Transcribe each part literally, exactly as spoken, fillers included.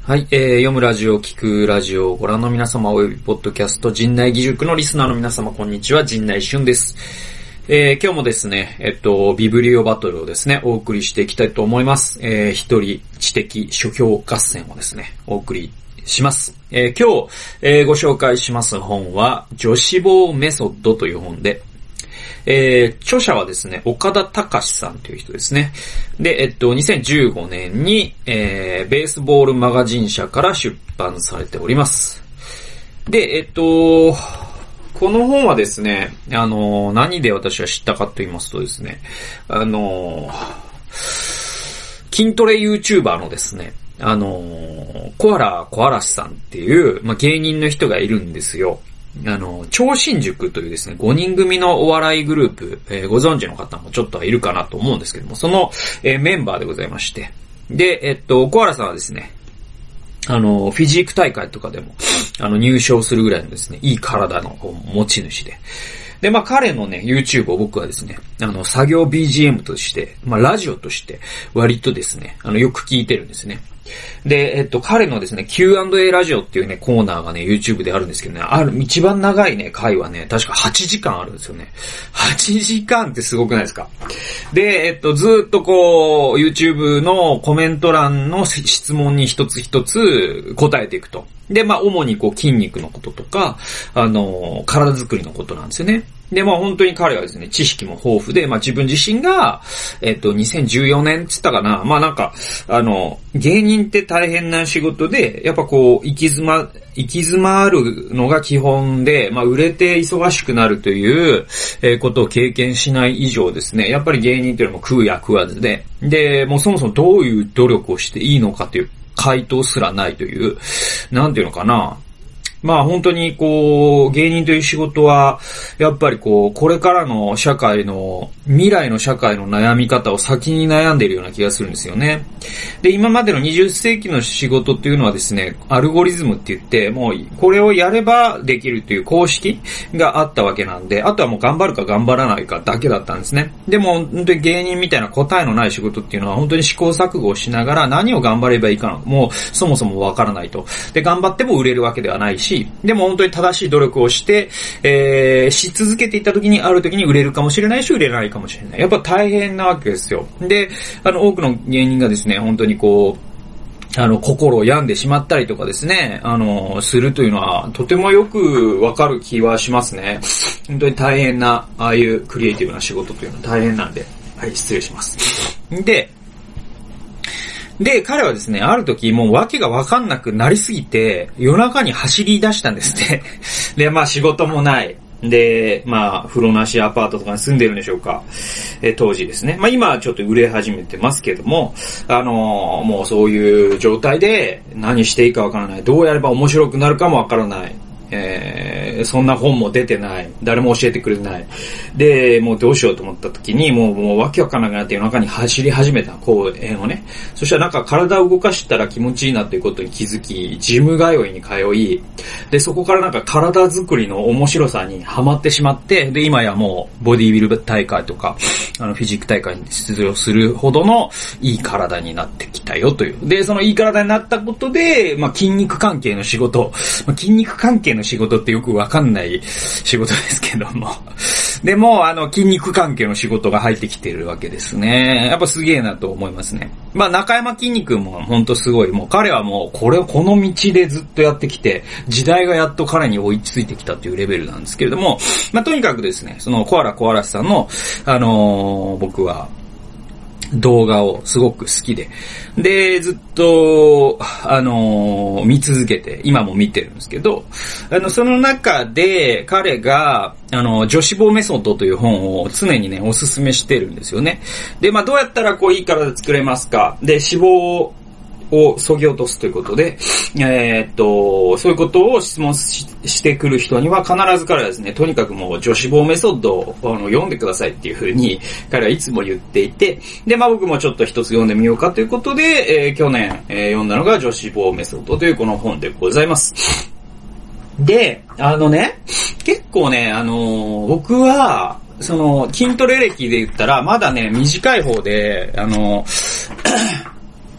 はい、えー、読むラジオ、聞くラジオをご覧の皆様およびポッドキャスト、陣内義塾のリスナーの皆様、こんにちは、陣内俊です。えー、今日もですね、えっと、ビブリオバトルをですね、お送りしていきたいと思います。えー、一人知的書評合戦をですね、お送りします。えー、今日、えー、ご紹介します本は、女子坊メソッドという本で、えー、著者はですね、岡田隆さんという人ですね。で、えっと、にせんじゅうごねんに、えー、ベースボールマガジン社から出版されております。で、えっと、この本はですね、あの、何で私は知ったかと言いますとですね、あの、筋トレ YouTuber のですね、あの、コアラ小嵐さんっていう、まあ、芸人の人がいるんですよ。あの、超新塾というですね、ごにん組のお笑いグループ、えー、ご存知の方もちょっとはいるかなと思うんですけども、その、えー、メンバーでございまして。で、えっと、小原さんはですね、あの、フィジーク大会とかでも、あの、入賞するぐらいのですね、いい体の持ち主で。で、まあ、彼のね、YouTube を僕はですね、あの、作業 ビージーエム として、まあ、ラジオとして、割とですね、あの、よく聞いてるんですね。で、えっと、彼のですね、キューアンドエー ラジオっていうね、コーナーがね、YouTube であるんですけどね、ある、一番長いね、回はね、確かはちじかんあるんですよね。はちじかんってすごくないですか？で、えっと、ずっとこう、YouTube のコメント欄の質問に一つ一つ答えていくと。で、まあ、主にこう、筋肉のこととか、あの、体作りのことなんですよね。で、まあ本当に彼はですね、知識も豊富で、まあ自分自身が、えっと、にせんじゅうよねんって言ったかな、まあなんか、あの、芸人って大変な仕事で、やっぱこう、行き詰ま、行き詰まるのが基本で、まあ売れて忙しくなるという、えー、ことを経験しない以上ですね、やっぱり芸人っていうのはもう食うや食わずで、で、もうそもそもどういう努力をしていいのかという回答すらないという、なんていうのかな、まあ本当にこう、芸人という仕事は、やっぱりこう、これからの社会の、未来の社会の悩み方を先に悩んでいるような気がするんですよね。で、今までのにじゅっせいきの仕事っていうのはですね、アルゴリズムって言って、もうこれをやればできるという公式があったわけなんで、あとはもう頑張るか頑張らないかだけだったんですね。でも本当に芸人みたいな答えのない仕事っていうのは本当に試行錯誤をしながら何を頑張ればいいかのもうそもそもわからないと。で、頑張っても売れるわけではないし、でも本当に正しい努力をして、えー、し続けていった時にある時に売れるかもしれないし売れないかもしれない。やっぱ大変なわけですよ。で、あの多くの芸人がですね、本当にこう、あの、心を病んでしまったりとかですね、あの、するというのは、とてもよくわかる気はしますね。本当に大変な、ああいうクリエイティブな仕事というのは大変なんで、はい、失礼します。で、で、彼はですね、ある時もう訳がわかんなくなりすぎて、夜中に走り出したんですね。で、まあ仕事もない。で、まあ、風呂なしアパートとかに住んでるんでしょうか。え、当時ですね。まあ今はちょっと売れ始めてますけども、あのー、もうそういう状態で何していいかわからない。どうやれば面白くなるかもわからない。えー、そんな本も出てない。誰も教えてくれない。で、もうどうしようと思った時に、もう、もうわけわからなくなって夜中に走り始めた公園をね。そしたらなんか体を動かしたら気持ちいいなということに気づき、ジム通いに通い、で、そこからなんか体作りの面白さにハマってしまって、で、今やもうボディービル大会とか、あの、フィジーク大会に出場するほどのいい体になってきたよという。で、そのいい体になったことで、まあ、筋肉関係の仕事、まあ、筋肉関係の仕事ってよくわかんない仕事ですけども。でも、あの、筋肉関係の仕事が入ってきてるわけですね。やっぱすげえなと思いますね。まあ、中山筋肉もほんとすごい。もう彼はもう、これをこの道でずっとやってきて、時代がやっと彼に追いついてきたというレベルなんですけれども、まあ、とにかくですね、そのコアラ小嵐さんの、あのー、僕は、動画をすごく好きで。で、ずっと、あのー、見続けて、今も見てるんですけど、あの、その中で、彼が、あの、女子坊メソッドという本を常にね、おすすめしてるんですよね。で、まあ、どうやったらこう、いい体作れますか？で、脂肪を削ぎ落とすということで、えー、っと、そういうことを質問 し, してくる人には必ず彼はですね、とにかくもう女子坊メソッドをあの読んでくださいっていうふうに彼はいつも言っていて、で、まあ僕もちょっと一つ読んでみようかということで、えー、去年、えー、読んだのが女子坊メソッドというこの本でございます。で、あのね、結構ね、あのー、僕は、その、筋トレ歴で言ったら、まだね、短い方で、あのー、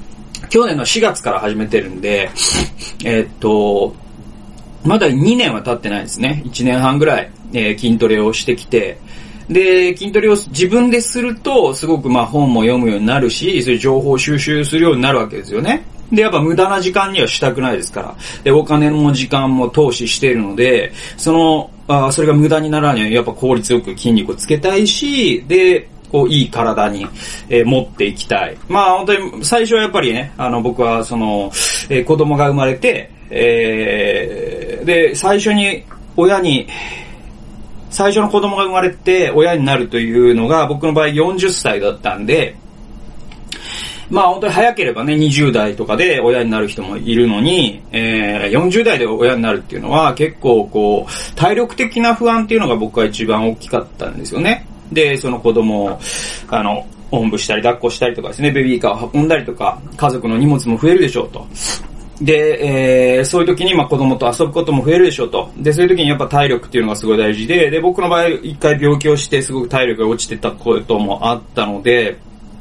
去年のしがつから始めてるんで、えー、っと、まだにねんは経ってないですね。いちねんはんぐらい、えー、筋トレをしてきて、で、筋トレを自分ですると、すごくまあ本も読むようになるし、そういう情報収集するようになるわけですよね。で、やっぱ無駄な時間にはしたくないですから。で、お金も時間も投資しているので、その、あそれが無駄にならないように、やっぱ効率よく筋肉をつけたいし、で、こう、いい体に、えー、持っていきたい。まあ、本当に、最初はやっぱりね、あの、僕は、その、えー、子供が生まれて、えー、で、最初に、親に、最初の子供が生まれて、親になるというのが、僕の場合よんじゅっさいだったんで、まあ本当に早ければね、にじゅうだいとかで親になる人もいるのに、えー、よんじゅうだいで親になるっていうのは結構こう、体力的な不安っていうのが僕は一番大きかったんですよね。で、その子供を、あの、おんぶしたり抱っこしたりとかですね、ベビーカーを運んだりとか、家族の荷物も増えるでしょうと。で、えー、そういう時にまあ子供と遊ぶことも増えるでしょうと。で、そういう時にやっぱ体力っていうのがすごい大事で、で、僕の場合一回病気をしてすごく体力が落ちてたこともあったので、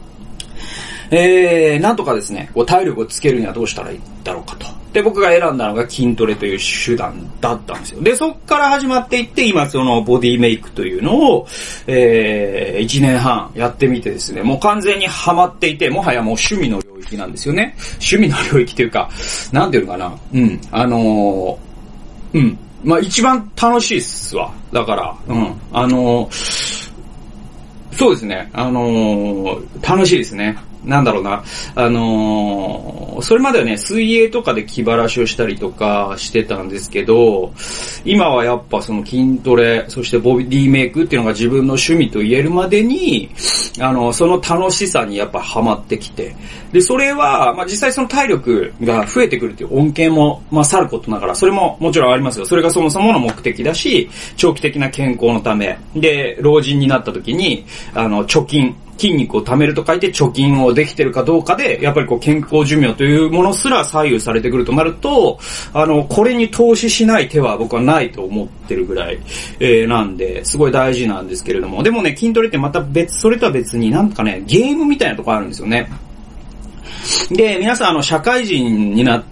えー、なんとかですね、こう体力をつけるにはどうしたらいいだろうかと。で、僕が選んだのが筋トレという手段だったんですよ。で、そっから始まっていって、今そのボディメイクというのを、えー、いちねんはんやってみてですね、もう完全にハマっていて、もはやもう趣味の領域なんですよね。趣味の領域というか、なんていうのかな。うん、あのー、うん。まあ、一番楽しいっすわ。だから、うん。あのー、そうですね。あのー、楽しいですね。なんだろうな。あのー、それまではね、水泳とかで気晴らしをしたりとかしてたんですけど、今はやっぱその筋トレ、そしてボディメイクっていうのが自分の趣味と言えるまでに、あの、その楽しさにやっぱハマってきて、で、それは、まあ、実際その体力が増えてくるっていう恩恵も、まあ、さることながら、それももちろんありますよ。それがそもそもの目的だし、長期的な健康のため、で、老人になった時に、あの、貯金、筋肉を貯めると書いて貯金をできてるかどうかで、やっぱりこう健康寿命というものすら左右されてくるとなると、あの、これに投資しない手は僕はないと思ってるぐらい、えー、なんで、すごい大事なんですけれども、でもね、筋トレってまた別、それとは別になんかね、ゲームみたいなとこあるんですよね。で、皆さんあの、社会人になって、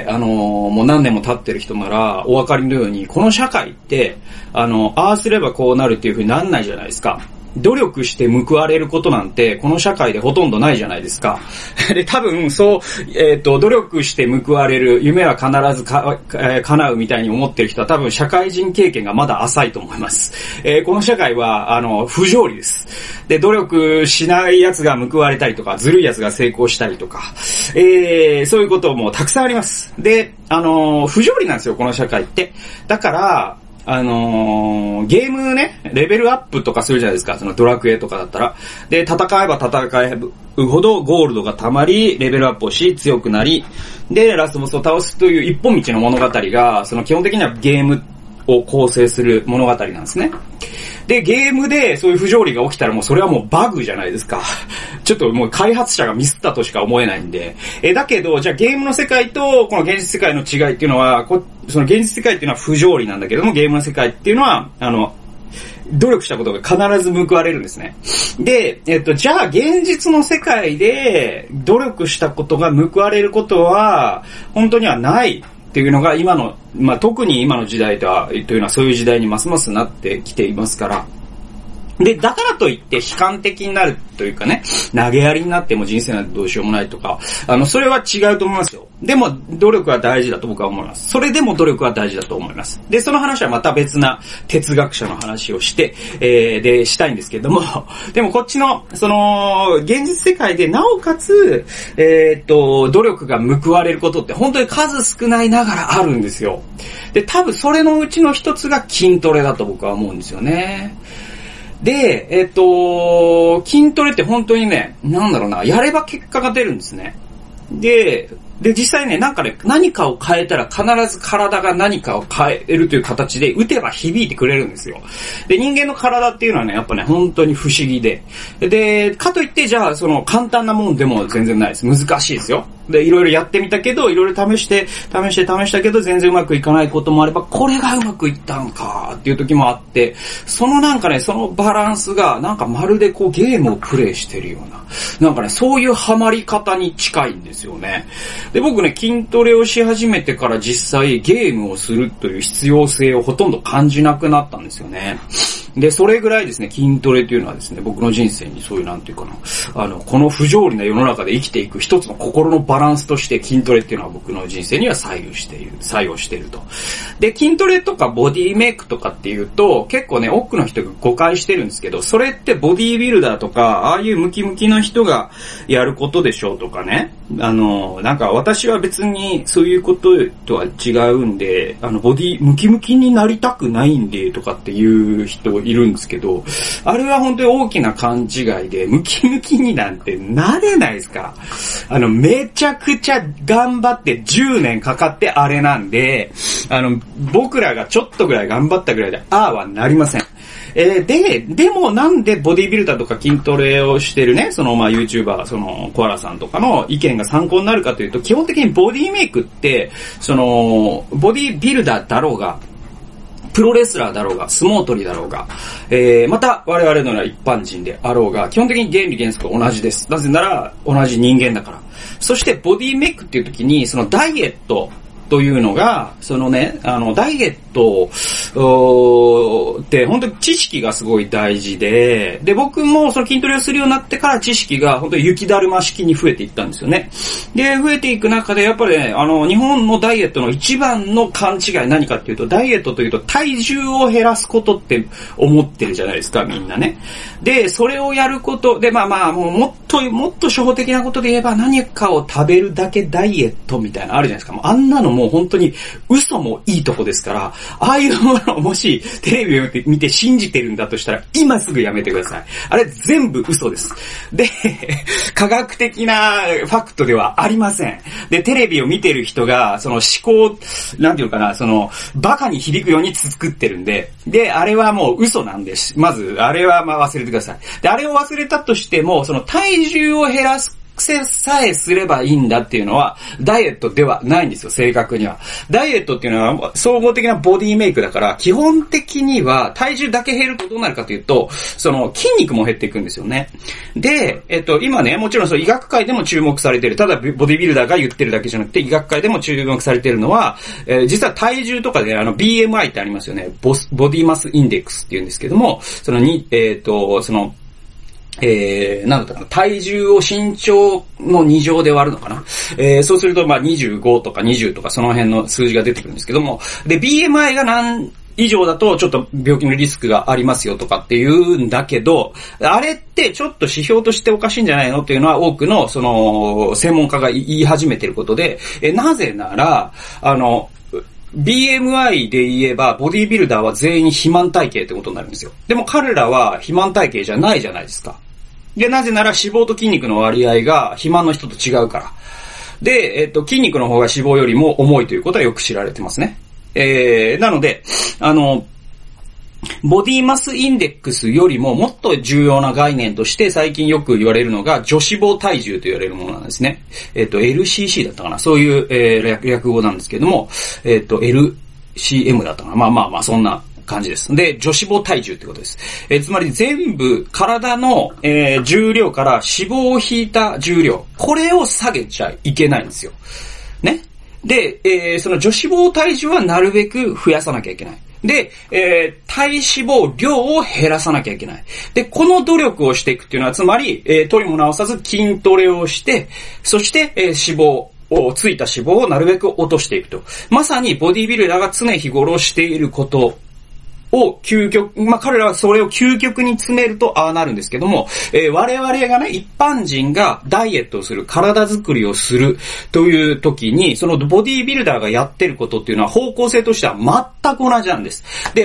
あの、もう何年も経ってる人なら、お分かりのように、この社会って、あの、ああすればこうなるっていう風になんないじゃないですか。努力して報われることなんて、この社会でほとんどないじゃないですか。で、多分、そう、えっと、努力して報われる、夢は必ずか、えー、叶うみたいに思ってる人は多分、社会人経験がまだ浅いと思います。えー、この社会は、あの、不条理です。で、努力しない奴が報われたりとか、ずるい奴が成功したりとか、えー、そういうこともたくさんあります。で、あの、不条理なんですよ、この社会って。だから、あのー、ゲームね、レベルアップとかするじゃないですか。そのドラクエとかだったら。で、戦えば戦えるほどゴールドが溜まり、レベルアップをし、強くなり、で、ラスボスを倒すという一本道の物語が、その基本的にはゲームを構成する物語なんですね。で、ゲームでそういう不条理が起きたらもうそれはもうバグじゃないですか。ちょっともう開発者がミスったとしか思えないんで。え、だけど、じゃあゲームの世界とこの現実世界の違いっていうのは、こその現実世界っていうのは不条理なんだけども、ゲームの世界っていうのは、あの、努力したことが必ず報われるんですね。で、えっと、じゃあ現実の世界で努力したことが報われることは、本当にはないっていうのが今の、まあ、特に今の時代とは、というのはそういう時代にますますなってきていますから。で、だからといって悲観的になるというかね、投げやりになっても人生なんてどうしようもないとか、あの、それは違うと思いますよ。でも、努力は大事だと僕は思います。それでも努力は大事だと思います。で、その話はまた別な哲学者の話をして、えー、で、したいんですけども、でもこっちの、その、現実世界でなおかつ、えー、っと、努力が報われることって本当に数少ないながらあるんですよ。で、多分それのうちの一つが筋トレだと僕は思うんですよね。で、えっと、筋トレって本当にね、なんだろうな、やれば結果が出るんですね。で、で、実際ね、なんかね、何かを変えたら必ず体が何かを変えるという形で、打てば響いてくれるんですよ。で、人間の体っていうのはね、やっぱね、本当に不思議で。で、かといって、じゃあ、その、簡単なもんでも全然ないです。難しいですよ。 で、いろいろやってみたけど、いろいろ試して、試して、試したけど、全然うまくいかないこともあれば、これがうまくいったんかっていう時もあって、そのなんかね、そのバランスが、なんかまるでこうゲームをプレイしてるような、なんかね、そういうハマり方に近いんですよね。で、僕ね、筋トレをし始めてから実際ゲームをするという必要性をほとんど感じなくなったんですよね。で、それぐらいですね、筋トレというのはですね、僕の人生にそういうなんていうかな、あの、この不条理な世の中で生きていく一つの心のバランスとして筋トレっていうのは僕の人生には左右している、作用していると。で、筋トレとかボディメイクとかっていうと、結構ね、多くの人が誤解してるんですけど、それってボディビルダーとか、ああいうムキムキの人がやることでしょうとかね。あの、なんか私は別にそういうこととは違うんで、あの、ボディ、ムキムキになりたくないんでとかっていう人いるんですけど、あれは本当に大きな勘違いで、ムキムキになんてなれないですから。あの、めちゃくちゃ頑張ってじゅうねんかかってあれなんで、あの、僕らがちょっとぐらい頑張ったぐらいで、ああはなりません。えー、で、でもなんでボディビルダーとか筋トレをしてるね、そのまあ YouTuber、そのコアラさんとかの意見が参考になるかというと、基本的にボディメイクって、その、ボディビルダーだろうが、プロレスラーだろうが、相撲取りだろうが、えー、また我々のような一般人であろうが、基本的に原理原則同じです。なぜなら、同じ人間だから。そしてボディメイクっていう時に、そのダイエット、というのが、そのね、あの、ダイエットって本当に知識がすごい大事で、で、僕もその筋トレをするようになってから知識が本当に雪だるま式に増えていったんですよね。で、増えていく中でやっぱりね、あの、日本のダイエットの一番の勘違い何かっていうと、ダイエットというと体重を減らすことって思ってるじゃないですか、みんなね。で、それをやること、で、まあまあ、もうもっと、もっと初歩的なことで言えば何かを食べるだけダイエットみたいなのあるじゃないですか。もうあんなのもう本当に嘘もいいとこですから、ああいうものをもしテレビを見て信じてるんだとしたら今すぐやめてください。あれ全部嘘です。で、科学的なファクトではありません。で、テレビを見てる人がその思考、なんていうかな、そのバカに響くように作ってるんで、で、あれはもう嘘なんです。まず、あれはまあ忘れてください。で、あれを忘れたとしても、その体重を減らす癖さえすればいいんだっていうのはダイエットではないんですよ、正確には。ダイエットっていうのは総合的なボディメイクだから、基本的には体重だけ減るとどうなるかというと、その筋肉も減っていくんですよね。で、えっと、今ね、もちろんその医学界でも注目されている、ただボディビルダーが言ってるだけじゃなくて、医学界でも注目されているのは、えー、実は体重とかであの ビーエムアイ ってありますよね。ボス、ボディマスインデックスって言うんですけども、そのに、えっと、その、えー、なんだったかな、体重を身長のに乗で割るのかな。えー、そうすると、まあ、にじゅうごとかにじゅうとかその辺の数字が出てくるんですけども、で、ビーエムアイ が何以上だとちょっと病気のリスクがありますよとかって言うんだけど、あれってちょっと指標としておかしいんじゃないのっていうのは多くの、その、専門家が言い始めていることで、え、なぜなら、あの、ビーエムアイ で言えば、ボディビルダーは全員肥満体型ってことになるんですよ。でも彼らは肥満体型じゃないじゃないですか。で、なぜなら脂肪と筋肉の割合が肥満の人と違うから。で、えっと、筋肉の方が脂肪よりも重いということはよく知られてますね。えー、なので、あの、ボディマスインデックスよりももっと重要な概念として最近よく言われるのが女子脂肪体重と言われるものなんですね。えっと、エルシーシー だったかな、そういう、えー、略語なんですけども、えっと、エルシーエム だったかな、まあまあまあ、そんな感じです。で、女子脂肪体重ってことです。えー、つまり全部体の、えー、重量から脂肪を引いた重量、これを下げちゃいけないんですよ。ね。で、えー、その女子脂肪体重はなるべく増やさなきゃいけない。で、えー、体脂肪量を減らさなきゃいけない。で、この努力をしていくっていうのは、つまり、えー、取りも直さず筋トレをして、そして、えー、脂肪、をついた脂肪をなるべく落としていくと。まさにボディビルダーが常日頃していることを究極、まあ、彼らはそれを究極に詰めるとああなるんですけども、えー、我々がね、一般人がダイエットをする、体作りをするという時に、そのボディビルダーがやってることっていうのは方向性としては全く同じなんです。で、全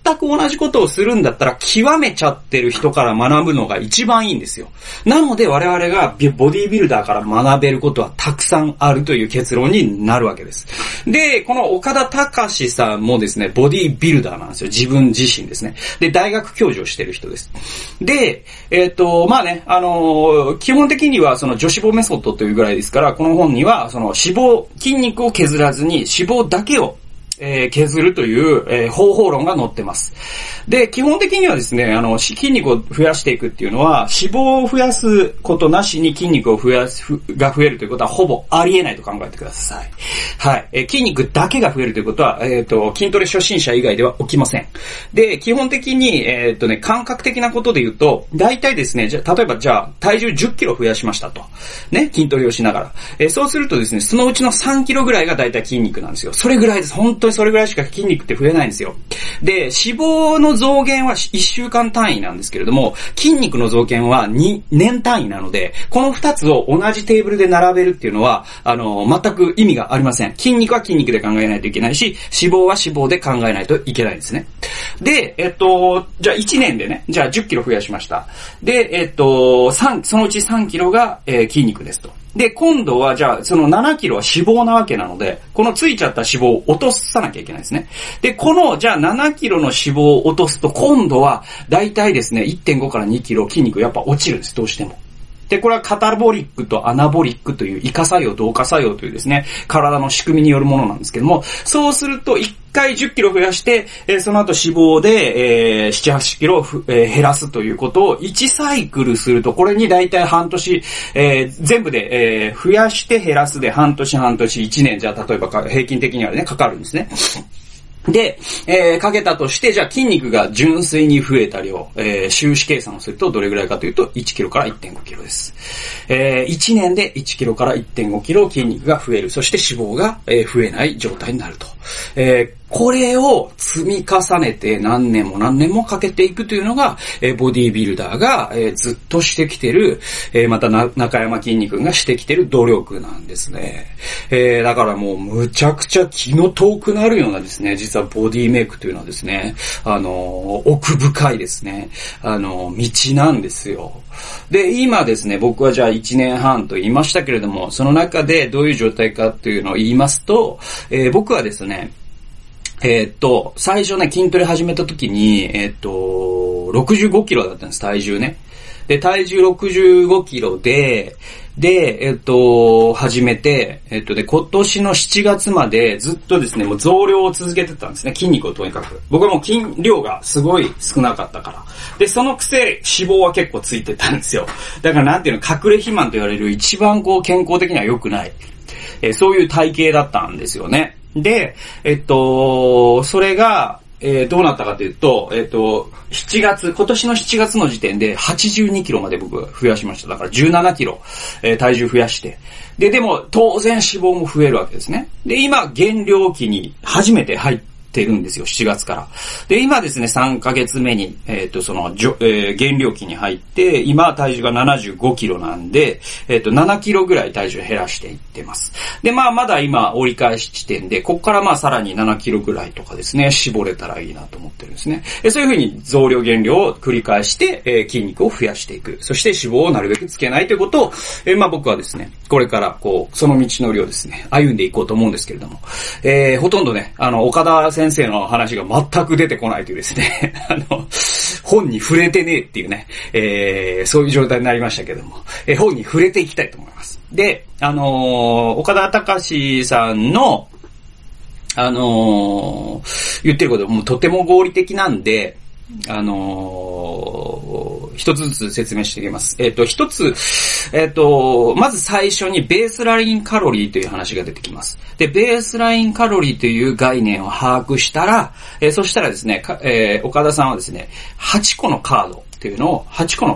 く同じことをするんだったら、極めちゃってる人から学ぶのが一番いいんですよ。なので我々がボディビルダーから学べることはたくさんあるという結論になるわけです。で、この岡田隆さんもですね、ボディビルダーなんですよ。自分自身ですね。で、大学教授をしてる人です。で、えっと、まあね、あのー、基本的にはその女子肪メソッドというぐらいですから、この本にはその脂肪、筋肉を削らずに脂肪だけをえー、削るという、えー、方法論が載ってます。で、基本的にはですね、あの、筋肉を増やしていくっていうのは、脂肪を増やすことなしに筋肉を増やす、が増えるということはほぼありえないと考えてください。はい。えー、筋肉だけが増えるということは、えっと、筋トレ初心者以外では起きません。で、基本的に、えー、っとね、感覚的なことで言うと、大体ですね、じゃ、例えばじゃあ、体重じゅっキロ増やしましたと。ね、筋トレをしながら。えー、そうするとですね、そのうちのさんキロぐらいが大体筋肉なんですよ。それぐらいです。本当にそれぐらいしか筋肉って増えないんですよ。で、脂肪の増減はいっしゅうかん単位なんですけれども、筋肉の増減はにねん単位なので、このふたつを同じテーブルで並べるっていうのは、あの、全く意味がありません。筋肉は筋肉で考えないといけないし、脂肪は脂肪で考えないといけないんですね。で、えっと、じゃあいちねんでね、じゃあじゅっキロ増やしました。で、えっと、3、そのうちさんキロが、えー、筋肉ですと。で、今度はじゃあ、そのななキロは脂肪なわけなので、このついちゃった脂肪を落とさなきゃいけないですね。で、この、じゃあななキロの脂肪を落とすと、今度は、だいたいですね、いってんごからにキロ筋肉やっぱ落ちるんです、どうしても。で、これはカタボリックとアナボリックという異化作用、同化作用というですね、体の仕組みによるものなんですけども、そうするといっかいじゅっキロ増やして、えー、その後脂肪で、えー、なな、はちキロ、えー、減らすということをいちサイクルすると、これにだいたい半年、えー、全部で、えー、増やして減らすで半年半年いちねん、じゃあ例えば平均的にはね、かかるんですね。で、えー、かけたとして、じゃあ筋肉が純粋に増えた量、えー、収支計算をするとどれぐらいかというと、いちキロから いってんごキロです。えー、いちねんでいちキロから いってんごキロ筋肉が増える。そして脂肪が、えー、増えない状態になると。えーこれを積み重ねて何年も何年もかけていくというのが、えー、ボディービルダーが、えー、ずっとしてきてる、えー、またな中山きんに君がしてきてる努力なんですね。えー、だからもうむちゃくちゃ気の遠くなるようなですね、実はボディメイクというのはですね、あのー、奥深いですね、あのー、道なんですよ。で、今ですね、僕はじゃあいちねんはんと言いましたけれども、その中でどういう状態かというのを言いますと、えー、僕はですね、えー、っと、最初ね、筋トレ始めた時に、えー、っと、ろくじゅうごキロだったんです、体重ね。で、体重ろくじゅうごキロで、で、えー、っと、始めて、えー、っとで、今年のしちがつまでずっとですね、もう増量を続けてたんですね、筋肉をとにかく。僕はもう筋量がすごい少なかったから。で、そのくせ脂肪は結構ついてたんですよ。だからなんていうの、隠れ肥満と言われる一番こう健康的には良くない、えー、そういう体型だったんですよね。で、えっと、それが、えー、どうなったかというと、えっと、しちがつ、今年のしちがつの時点ではちじゅうにキロまで僕増やしました。だからじゅうななキロ、えー、体重増やして。で、でも当然脂肪も増えるわけですね。で、今減量期に初めて入っててるんですよ、しちがつから。で、今ですね、さんかげつめに、えっと、その、えー、減量期に入って、今体重がななじゅうごキロなんで、えっと、ななキロぐらい体重減らしていってます。で、まあ、まだ今、折り返し地点で、ここからまあ、さらにななキロぐらいとかですね、絞れたらいいなと思ってるんですね。でそういうふうに増量減量を繰り返して、えー、筋肉を増やしていく。そして脂肪をなるべくつけないということを、えー、まあ、僕はですね、これから、こう、その道のりをですね、歩んでいこうと思うんですけれども、えー、ほとんどね、あの、岡田先生の話が全く出てこないというですね、あの、本に触れてねえっていうね、えー、そういう状態になりましたけども、えー、本に触れていきたいと思います。で、あのー、岡田隆さんの、あのー、言ってることもとても合理的なんで、あのー、一つずつ説明していきます。えっと、一つ、えっと、まず最初にベースラインカロリーという話が出てきます。で、ベースラインカロリーという概念を把握したら、えー、そしたらですね、えー、岡田さんはですね、はちこのカードっていうのを、はちこの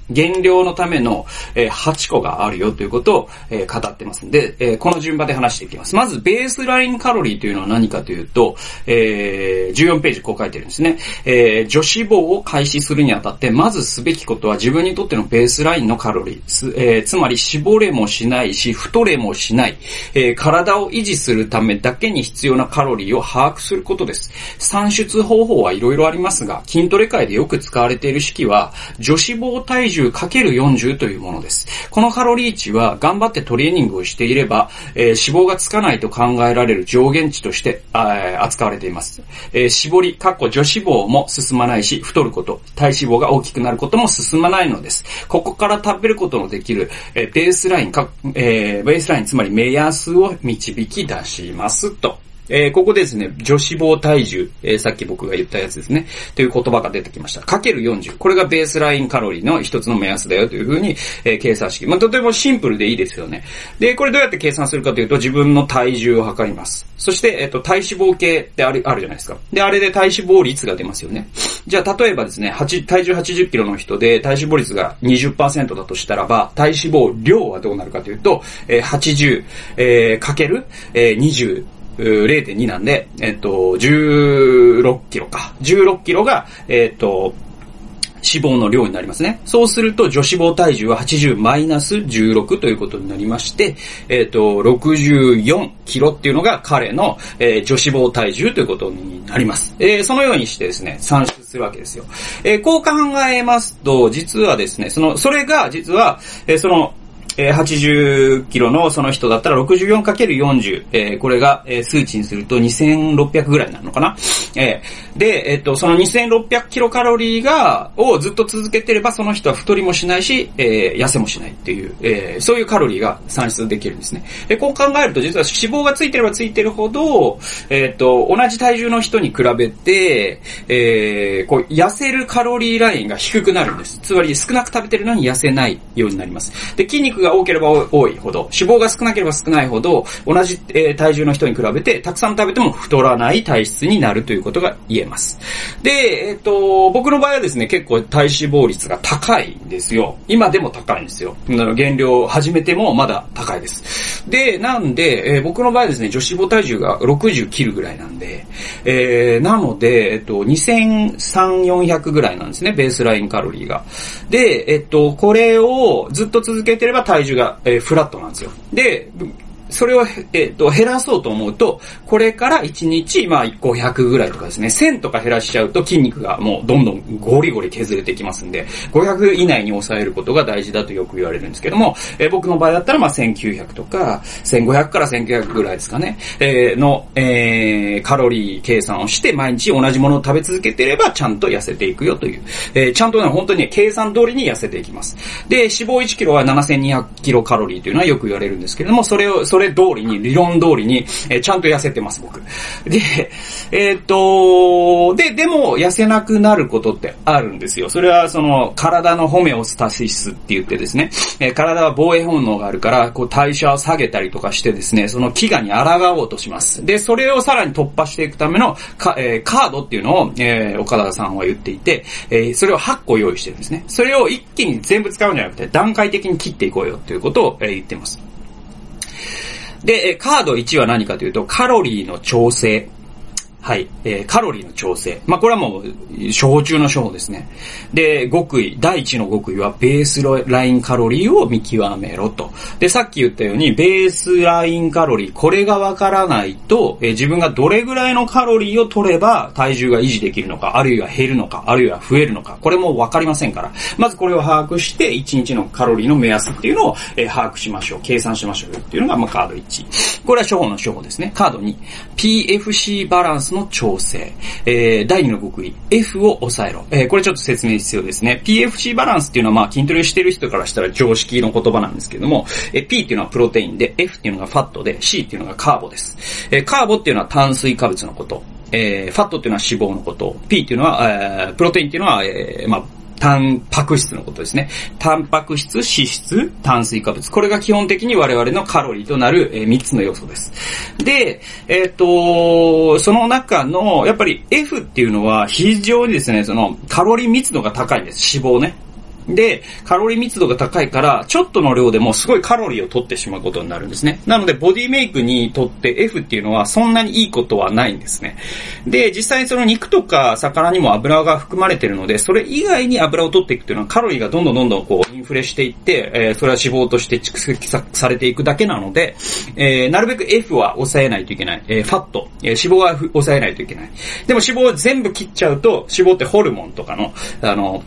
減量のための、えー、はちこがあるよということを、えー、語ってますんで、えー、この順番で話していきます。まず、ベースラインカロリーというのは何かというと、えー、じゅうよんページこう書いてるんですね。えー、女子棒を開始するにあたって、まずすべきことは自分にとってのベースラインのカロリー。つ,、えー、つまり、絞れもしないし、太れもしない、えー、体を維持するためだけに必要なカロリーを把握することです。算出方法はいろいろありますが、筋トレ界でよく使われている式は、女子棒体重 かけるよんじゅう というものです。このカロリー値は頑張ってトレーニングをしていれば、えー、脂肪がつかないと考えられる上限値として、えー、扱われています。えー、絞り、かっこ女子棒も進まないし、太ること、体脂肪が大きくなることも進まないのです。ここから食べることのできる、えー、ベースラインか、えー、ベースライン、つまり目安を導き出しますと。えー、ここでですね、女子棒体重、えー、さっき僕が言ったやつですね、という言葉が出てきました。かけるよんじゅう。これがベースラインカロリーの一つの目安だよというふうに、えー、計算式。まあ、とてもシンプルでいいですよね。で、これどうやって計算するかというと、自分の体重を測ります。そして、えっと、体脂肪計ってある、あるじゃないですか。で、あれで体脂肪率が出ますよね。じゃあ、例えばですね、体重はちじゅっキロの人で体脂肪率が にじゅっパーセント だとしたらば、体脂肪量はどうなるかというと、えー、はちじゅう、えー、かける、えー、にじゅう、れいてんに なんで、えっと、じゅうろっキロか。じゅうろっキロが、えっと、脂肪の量になりますね。そうすると、女子棒体重ははちじゅうマイナスじゅうろくということになりまして、えっと、ろくじゅうよんキロっていうのが彼の、えー、女子棒体重ということになります。えー、そのようにしてですね、算出するわけですよ。えー、こう考えますと、実はですね、その、それが実は、えー、その、はちじゅうキロのその人だったら ろくじゅうよんかけるよんじゅう、えー、これが、えー、数値にするとにせんろっぴゃくぐらいになるのかな、えー、で、えっと、そのにせんろっぴゃくキロカロリーが、をずっと続けてればその人は太りもしないし、えー、痩せもしないっていう、えー、そういうカロリーが算出できるんですね。で、こう考えると実は脂肪がついてればついてるほど、えっと、同じ体重の人に比べて、えー、こう、痩せるカロリーラインが低くなるんです。つまり少なく食べてるのに痩せないようになります。で、筋肉が多ければ多いほど、脂肪が少なければ少ないほど、同じ、えー、体重の人に比べて、たくさん食べても太らない体質になるということが言えます。で、えっと、僕の場合はですね、結構体脂肪率が高いんですよ。今でも高いんですよ。減量を始めてもまだ高いです。で、なんで、えー、僕の場合はですね、女子脂肪体重がろくじゅう切るぐらいなんで、えー、なので、えっと、にせんさんびゃく、よんひゃくぐらいなんですね、ベースラインカロリーが。で、えっと、これをずっと続けてれば体重がえー、フラットなんですよ。で、それを、えっと、減らそうと思うと、これからいちにち、まあ、ごひゃくぐらいとかですね、せんとか減らしちゃうと筋肉がもうどんどんゴリゴリ削れてきますんで、ごひゃく以内に抑えることが大事だとよく言われるんですけども、えー、僕の場合だったら、まあ、せんきゅうひゃくとか、せんごひゃくからせんきゅうひゃくぐらいですかね、えー、の、えー、カロリー計算をして、毎日同じものを食べ続けてれば、ちゃんと痩せていくよという、えー、ちゃんとね、本当にね、計算通りに痩せていきます。で、脂肪いちキロはななせんにひゃくキロカロリーというのはよく言われるんですけれども、それを、それ通りに、理論通りに、えー、ちゃんと痩せてます、僕。で、えー、っと、で、でも、痩せなくなることってあるんですよ。それは、その、体のホメオスタシスって言ってですね、えー、体は防衛本能があるから、こう、代謝を下げたりとかしてですね、その飢餓に抗おうとします。で、それをさらに突破していくための、かえー、カードっていうのを、えー、岡田さんは言っていて、えー、それをはっこ用意してるんですね。それを一気に全部使うんじゃなくて、段階的に切っていこうよということを、えー、言ってます。で、カードいちは何かというと、カロリーの調整。はい、えー、カロリーの調整。まあ、これはもう、処方中の処方ですね。で、極意、第一の極意は、ベースラインカロリーを見極めろと。で、さっき言ったように、ベースラインカロリー、これがわからないと、えー、自分がどれぐらいのカロリーを取れば、体重が維持できるのか、あるいは減るのか、あるいは増えるのか、これもわかりませんから。まずこれを把握して、いちにちのカロリーの目安っていうのを、えー、把握しましょう。計算しましょうよっていうのが、まあ、カードいち。これは処方の処方ですね。カードに、ピーエフシー バランスの調整。えー、だいにの極意。F を抑えろ。えー、これちょっと説明必要ですね。ピーエフシー バランスっていうのはまあ筋トレしてる人からしたら常識の言葉なんですけども、えー、P っていうのはプロテインで、F っていうのがファットで、C っていうのがカーボです。えー、カーボっていうのは炭水化物のこと。えー、ファットっていうのは脂肪のこと。P っていうのは、えー、プロテインっていうのは、えー、まあ、タンパク質のことですね。タンパク質、脂質、炭水化物。これが基本的に我々のカロリーとなる、えー、みっつの要素です。で、えっと、その中の、やっぱり F っていうのは非常にですね、そのカロリー密度が高いんです。脂肪ね。 で、カロリー密度が高いから、ちょっとの量でもすごいカロリーを取ってしまうことになるんですね。なので、ボディメイクにとって F っていうのはそんなにいいことはないんですね。で、実際にその肉とか魚にも油が含まれているので、それ以外に油を取っていくっていうのはカロリーがどんどんどんどんこうインフレしていって、えー、それは脂肪として蓄積されていくだけなので、えー、なるべく F は抑えないといけない。えー、ファット、えー、脂肪は抑えないといけない。でも脂肪を全部切っちゃうと、脂肪ってホルモンとかの、あの、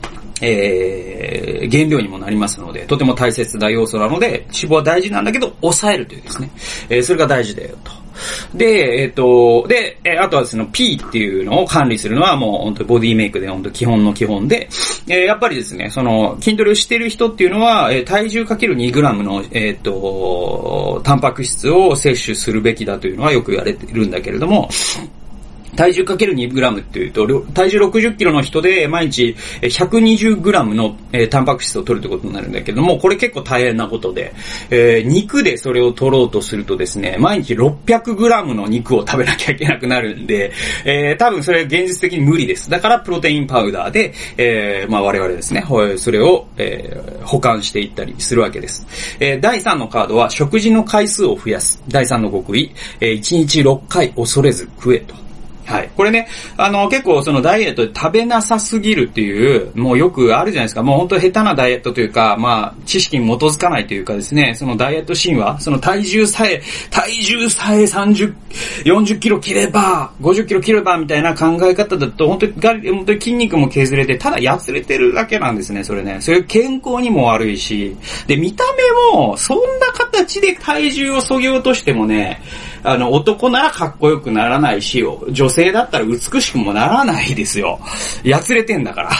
えー、原料にもなりますので、とても大切な要素なので、脂肪は大事なんだけど、抑えるというですね。えー、それが大事だよと。で、えっと、で、えー、あとはですね、P っていうのを管理するのはもう本当にボディメイクで本当基本の基本で、えー、やっぱりですね、その、筋トレをしている人っていうのは、えー、体重かけるにグラムの、えっと、タンパク質を摂取するべきだというのはよく言われているんだけれども、体重かけるにグラムっていうと、体重ろくじゅっキロの人で毎日ひゃくにじゅうグラムの、えー、タンパク質を取るってことになるんだけども、これ結構大変なことで、えー、肉でそれを取ろうとするとですね、毎日ろっぴゃくグラムの肉を食べなきゃいけなくなるんで、えー、多分それ現実的に無理です。だからプロテインパウダーで、えー、まあ我々ですね、それを、えー、保管していったりするわけです。えー、だいさんのカードは食事の回数を増やす。だいさんの極意、えー、いちにちろっかい恐れず食えと。はい。これね、あの、結構そのダイエットで食べなさすぎるっていう、もうよくあるじゃないですか。もう本当下手なダイエットというか、まあ、知識に基づかないというかですね、そのダイエット神話、その体重さえ、体重さえさんじゅう、よんじゅっキロ切れば、ごじゅっキロ切ればみたいな考え方だと、本当にガリ、本当に筋肉も削れて、ただやつれてるだけなんですね、それね。それ健康にも悪いし、で、見た目も、そんな形で体重を削ぎ落としてもね、あの、男ならかっこよくならないし、女性だったら美しくもならないですよ。やつれてんだから。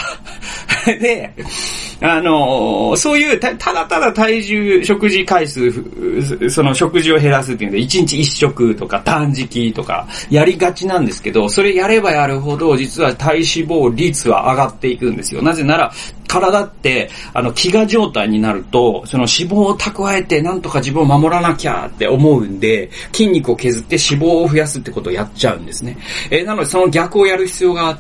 で、あの、そういうた、ただただ体重、食事回数、その食事を減らすっていうので、一日一食とか断食とか、やりがちなんですけど、それやればやるほど、実は体脂肪率は上がっていくんですよ。なぜなら、体って、あの、飢餓状態になると、その脂肪を蓄えて、なんとか自分を守らなきゃって思うんで、筋肉を削って脂肪を増やすってことをやっちゃうんですね。えー、なので、その逆をやる必要があって、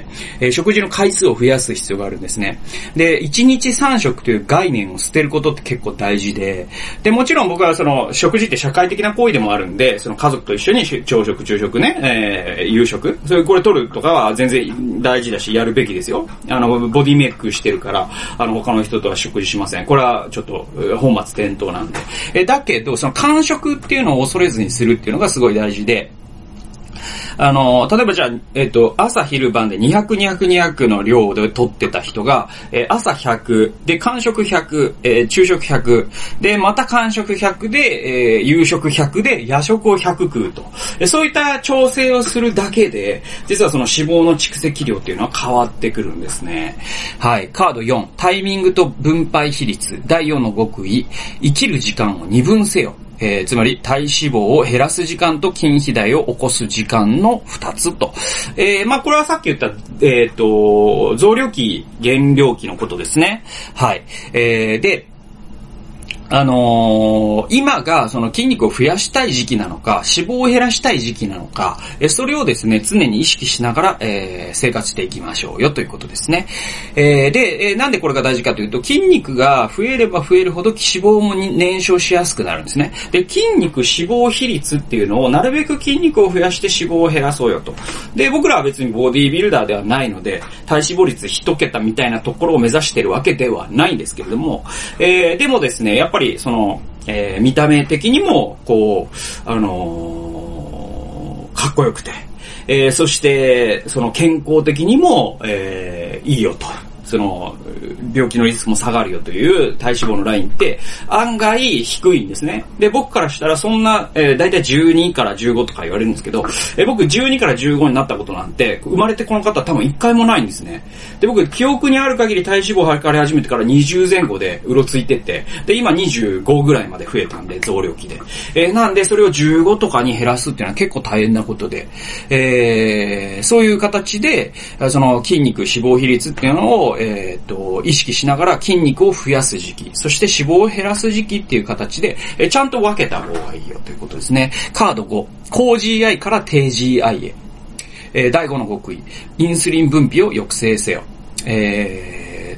えー、食事の回数を増やす必要があるんですね。で、いちにちさん食という概念を捨てることって結構大事で、で、もちろん僕はその、食事って社会的な行為でもあるんで、その家族と一緒に朝食、昼食ね、えー、夕食、それこれ取るとかは全然大事だし、やるべきですよ。あの、ボディメイクしてるから、あの、他の人とは食事しません。これはちょっと、本末転倒なんで。え、だけど、その間食っていうのを恐れずにするっていうのがすごい大事で、あの、例えばじゃあ、えっと、朝昼晩でにひゃく、にひゃく、にひゃくの量で取ってた人が、えー、朝ひゃく、で、間食ひゃく、えー、昼食ひゃく、で、また間食ひゃくで、えー、夕食ひゃくで、夜食をひゃく食うと。えそういった調整をするだけで、実はその脂肪の蓄積量っていうのは変わってくるんですね。はい。カードよん、タイミングと分配比率。だいよんの極意、生きる時間を二分せよ。えー、つまり体脂肪を減らす時間と筋肥大を起こす時間の二つと。えー、まあこれはさっき言った、えっと、増量期、減量期のことですね。はい。えー、で、あのー、今がその筋肉を増やしたい時期なのか、脂肪を減らしたい時期なのか、えそれをですね、常に意識しながら、えー、生活していきましょうよということですね。えー、で、えー、なんでこれが大事かというと、筋肉が増えれば増えるほど脂肪も燃焼しやすくなるんですね。で、筋肉脂肪比率っていうのをなるべく筋肉を増やして脂肪を減らそうよと。で、僕らは別にボディービルダーではないので、体脂肪率一桁みたいなところを目指しているわけではないんですけれども、えー、でもですね、やっぱりやっぱりその、えー、見た目的にもこうあのー、かっこよくて、えー、そしてその健康的にも、えー、いいよと。その、病気のリスクも下がるよという体脂肪のラインって案外低いんですね。で、僕からしたらそんな、えー、だいたいじゅうにからじゅうごとか言われるんですけど、えー、僕じゅうにからじゅうごになったことなんて、生まれてこの方多分いっかいもないんですね。で、僕記憶にある限り体脂肪を測り始めてからにじゅうぜん後でうろついてて、で、今にじゅうごぐらいまで増えたんで、増量期で。えー、なんでそれをじゅうごとかに減らすっていうのは結構大変なことで、えー、そういう形で、その筋肉脂肪比率っていうのをえっと、意識しながら筋肉を増やす時期、そして脂肪を減らす時期っていう形で、えちゃんと分けた方がいいよということですね。カードご、高 ジーアイ から低 ジーアイ へ。えー、だいごの極意、インスリン分泌を抑制せよ。えー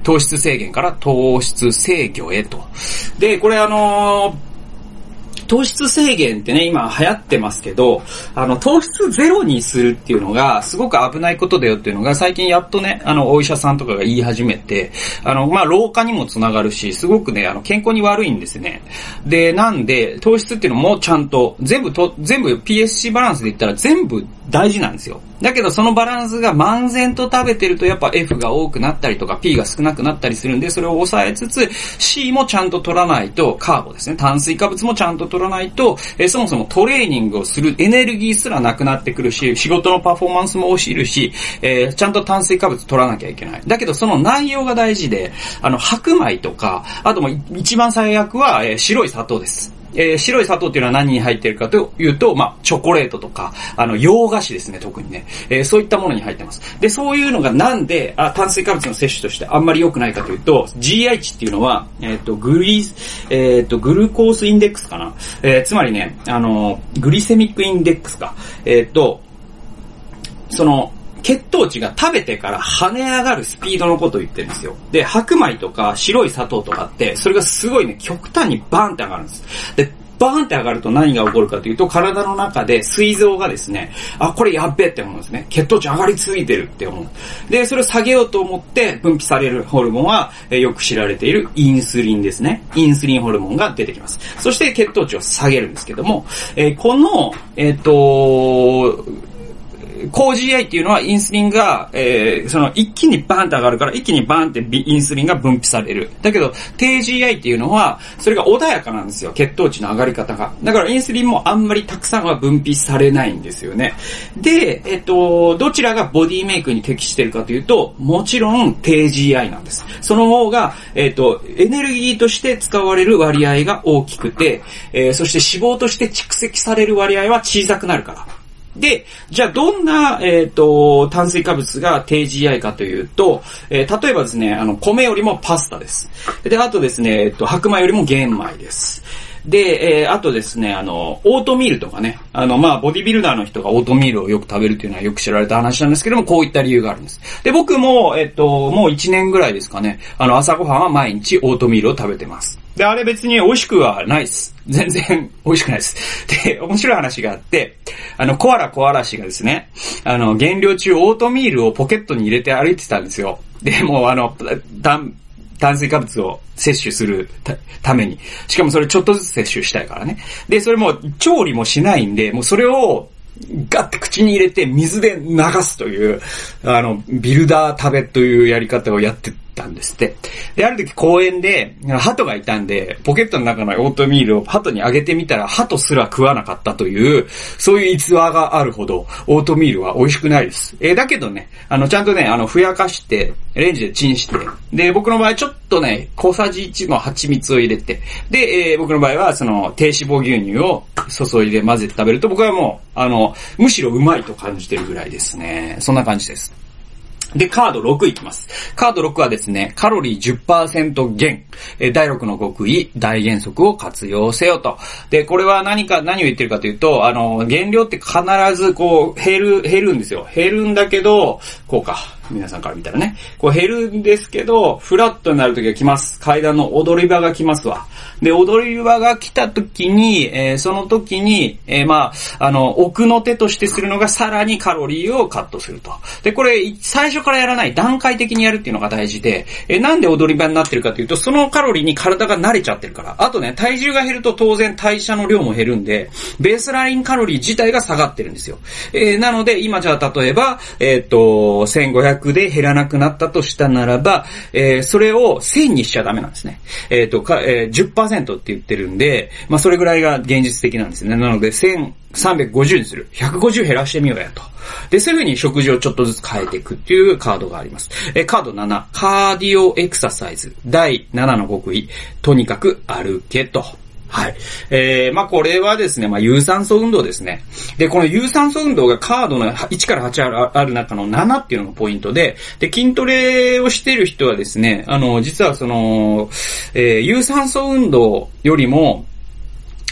糖質制限から糖質制御へと。で、これあのー、糖質制限ってね、今流行ってますけど、あの、糖質ゼロにするっていうのが、すごく危ないことだよっていうのが、最近やっとね、あの、お医者さんとかが言い始めて、あの、まあ、老化にもつながるし、すごくね、あの、健康に悪いんですね。で、なんで、糖質っていうのもちゃんと、全部と、全部 ピーエスシー バランスで言ったら全部大事なんですよ。だけど、そのバランスが漫然と食べてると、やっぱ F が多くなったりとか、P が少なくなったりするんで、それを抑えつつ、C もちゃんと取らないと、カーボですね、炭水化物もちゃんと取らないと、えー、そもそもトレーニングをするエネルギーすらなくなってくるし、仕事のパフォーマンスも落ちるし、えー、ちゃんと炭水化物取らなきゃいけない。だけどその内容が大事で、あの、白米とか、あとも一番最悪は、えー、白い砂糖です。えー、白い砂糖っていうのは何に入っているかというと、まあ、チョコレートとか、あの、洋菓子ですね、特にね。えー、そういったものに入ってます。で、そういうのがなんで、あ、炭水化物の摂取としてあんまり良くないかというと、ジーアイ 値っていうのは、えっと、グリ、えっと、グルコースインデックスかな。えー、つまりね、あの、グリセミックインデックスか。えっと、その、血糖値が食べてから跳ね上がるスピードのことを言ってるんですよ。で、白米とか白い砂糖とかって、それがすごいね、極端にバーンって上がるんです。で、バーンって上がると何が起こるかというと、体の中で膵臓がですね、あ、これやっべえって思うんですね。血糖値上がりすぎてるって思う。で、それを下げようと思って分泌されるホルモンは、えー、よく知られているインスリンですね。インスリンホルモンが出てきます。そして血糖値を下げるんですけども、えー、この、えっと、高 ジーアイ っていうのはインスリンが、えー、その一気にバーンと上がるから一気にバーンってインスリンが分泌される。だけど低 ジーアイ っていうのはそれが穏やかなんですよ。血糖値の上がり方が。だからインスリンもあんまりたくさんは分泌されないんですよね。で、えっと、どちらがボディメイクに適しているかというと、もちろん低 ジーアイ なんです。その方が、えっと、エネルギーとして使われる割合が大きくて、えー、そして脂肪として蓄積される割合は小さくなるから。で、じゃあどんな、えっと、炭水化物が低 ジーアイ かというと、えー、例えばですね、あの、米よりもパスタです。で、あとですね、えっと、白米よりも玄米です。で、えー、あとですね、あの、オートミールとかね、あの、まあ、ボディビルダーの人がオートミールをよく食べるというのはよく知られた話なんですけども、こういった理由があるんです。で、僕も、えっと、もういちねんぐらいですかね、あの、朝ごはんは毎日オートミールを食べてます。で、あれ別に美味しくはないです。全然美味しくないです。で、面白い話があって、あの、コアラコアラ氏がですね、あの、減量中オートミールをポケットに入れて歩いてたんですよ。で、もうあの、炭、炭水化物を摂取する た, ために。しかもそれちょっとずつ摂取したいからね。で、それも調理もしないんで、もうそれをガッて口に入れて水で流すという、あの、ビルダー食べというやり方をやってたんですって。で、ある時公園で、鳩がいたんで、ポケットの中のオートミールを鳩にあげてみたら、鳩すら食わなかったという、そういう逸話があるほど、オートミールは美味しくないです。えー、だけどね、あの、ちゃんとね、あの、ふやかして、レンジでチンして、で、僕の場合ちょっとね、小さじいちの蜂蜜を入れて、で、えー、僕の場合は、その、低脂肪牛乳を注いで混ぜて食べると、僕はもう、あの、むしろうまいと感じてるぐらいですね。そんな感じです。で、カードろくいきます。カードろくはですね、カロリー じゅっパーセント 減。だいろくの極意、大原則を活用せよと。で、これは何か、何を言ってるかというと、あの、減量って必ずこう、減る、減るんですよ。減るんだけど、こうか。皆さんから見たらね。こう減るんですけど、フラットになる時が来ます。階段の踊り場が来ますわ。で、踊り場が来た時に、えー、その時に、えー、まあ、あの、奥の手としてするのがさらにカロリーをカットすると。で、これ、最初からやらない、段階的にやるっていうのが大事で、えー、なんで踊り場になってるかというと、そのカロリーに体が慣れちゃってるから。あとね、体重が減ると当然代謝の量も減るんで、ベースラインカロリー自体が下がってるんですよ。えー、なので、今じゃあ例えば、えっと、せんごひゃくで減らなくなったとしたならば、えー、それをせんにしちゃダメなんですね。えっと、かえー、じゅっパーセント って言ってるんで、まあそれぐらいが現実的なんですね。なので、せんさんびゃくごじゅうにする。ひゃくごじゅう減らしてみようやと。で、そういう風に食事をちょっとずつ変えていくっていうカードがあります。えー、カードなな、カーディオエクササイズ。だいななの極意。とにかく歩けと。はい。えー、まあ、これはですね、まあ、有酸素運動ですね。で、この有酸素運動がカードのいちからはちある、ある中のななっていうのがポイントで、で、筋トレをしている人はですね、あの、実はその、えー、有酸素運動よりも、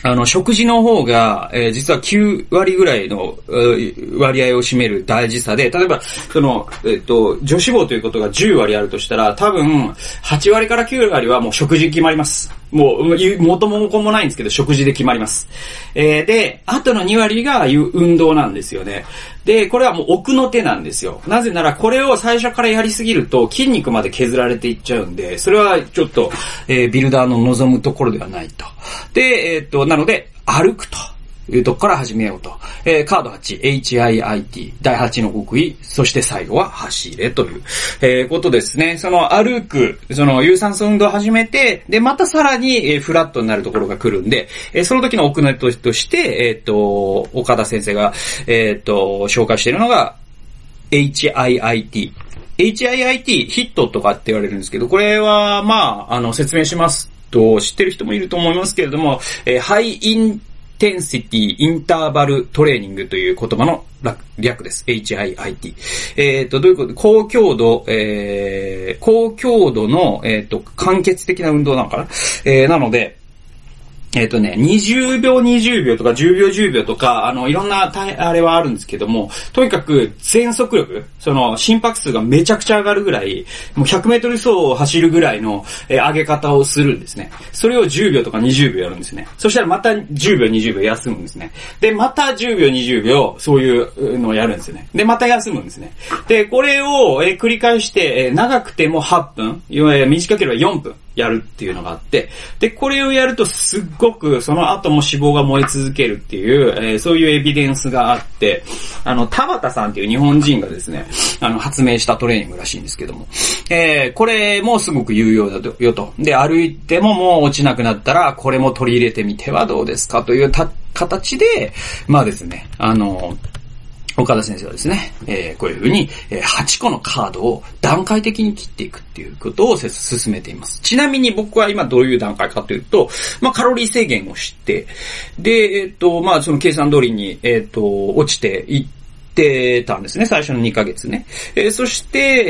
あの、食事の方が、えー、実はきゅうわりぐらいの、割合を占める大事さで、例えば、その、えっと、女子肪ということがじゅうわりあるとしたら、多分、はちわりからきゅうわりはもう食事決まります。もう、元も子もないんですけど、食事で決まります。えー、で、あとのにわりが運動なんですよね。で、これはもう奥の手なんですよ。なぜなら、これを最初からやりすぎると、筋肉まで削られていっちゃうんで、それはちょっと、えー、ビルダーの望むところではないと。で、えっと、なので、歩くというとこから始めようと。えー、カードはち、エイチアイアイティー、だいはちの極意、そして最後は走れという、えー、ことですね。その歩く、その有酸素運動を始めて、で、またさらに、えー、フラットになるところが来るんで、えー、その時の奥の手として、えっと、岡田先生が、えっと、紹介しているのが、エイチアイアイティー。エイチアイアイティー、ヒットとかって言われるんですけど、これは、まあ、あの、説明しますと、知ってる人もいると思いますけれども、えー、ハイインテンシティインターバルトレーニングという言葉の略です。エイチアイアイティー。えっと、どういうこと？高強度、えー、高強度の、えっと、間欠的な運動なのかな？えー、なので、えっとね、にじゅうびょうにじゅうびょうとかじゅうびょうじゅうびょうとか、あの、いろんな、あれはあるんですけども、とにかく全速力、その、心拍数がめちゃくちゃ上がるぐらい、もうひゃくメートル走を走るぐらいの、えー、上げ方をするんですね。それをじゅうびょうとかにじゅうびょうやるんですね。そしたらまたじゅうびょうにじゅうびょう休むんですね。で、またじゅうびょうにじゅうびょう、そういうのをやるんですよね。で、また休むんですね。で、これを、えー、繰り返して、えー、長くてもはっぷん、いわゆる短ければよんぷん。やるっていうのがあって、で、これをやるとすっごくその後も脂肪が燃え続けるっていう、えー、そういうエビデンスがあって、あの、田畑さんっていう日本人がですね、あの、発明したトレーニングらしいんですけども、えー、これもすごく有用だとよと。で、歩いてももう落ちなくなったら、これも取り入れてみてはどうですかというた形で、まあですね、あの、岡田先生はですね、えー、こういうふうに、えー、はちこのカードを段階的に切っていくっていうことを進めています。ちなみに僕は今どういう段階かというと、まあ、カロリー制限をして、で、えっと、まあ、その計算通りに、えっと、落ちていって、ってたんですね、最初のにかげつね。えー、そして、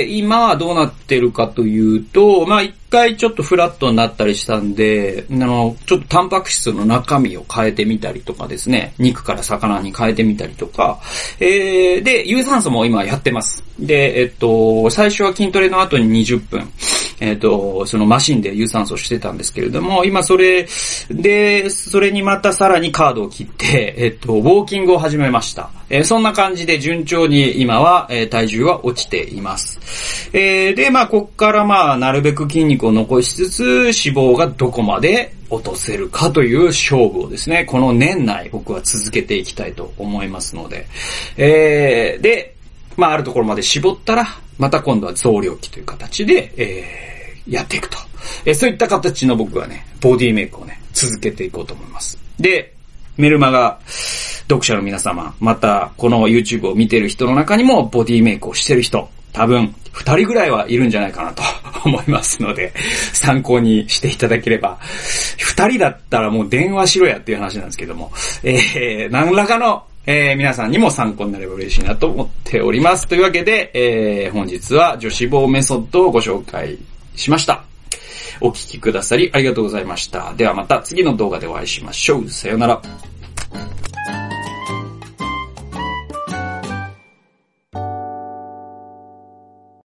今どうなってるかというと、まあ一回ちょっとフラットになったりしたんで、あの、ちょっとタンパク質の中身を変えてみたりとかですね、肉から魚に変えてみたりとか、えー、で、有酸素も今やってます。で、えっと、最初は筋トレの後ににじゅっぷん、えっと、そのマシンで有酸素してたんですけれども、今それで、それにまたさらにカードを切って、えっと、ウォーキングを始めました。えー、そんな感じで順調に今は、えー、体重は落ちています。えー、で、まあ、こっからまあ、なるべく筋肉を残しつつ、脂肪がどこまで落とせるかという勝負をですね、この年内僕は続けていきたいと思いますので、えー、で、まあ、あるところまで絞ったら、また今度は増量期という形で、えー、やっていくと。えー、そういった形の僕はね、ボディメイクをね、続けていこうと思います。で、メルマガ、読者の皆様、またこの YouTube を見ている人の中にもボディメイクをしている人、多分二人ぐらいはいるんじゃないかなと思いますので、参考にしていただければ、二人だったらもう電話しろやっていう話なんですけども、えー、何らかのえー、皆さんにも参考になれば嬉しいなと思っております。というわけで、えー、本日は女子肪メソッドをご紹介しました。お聞きくださりありがとうございました。ではまた次の動画でお会いしましょう。さようなら。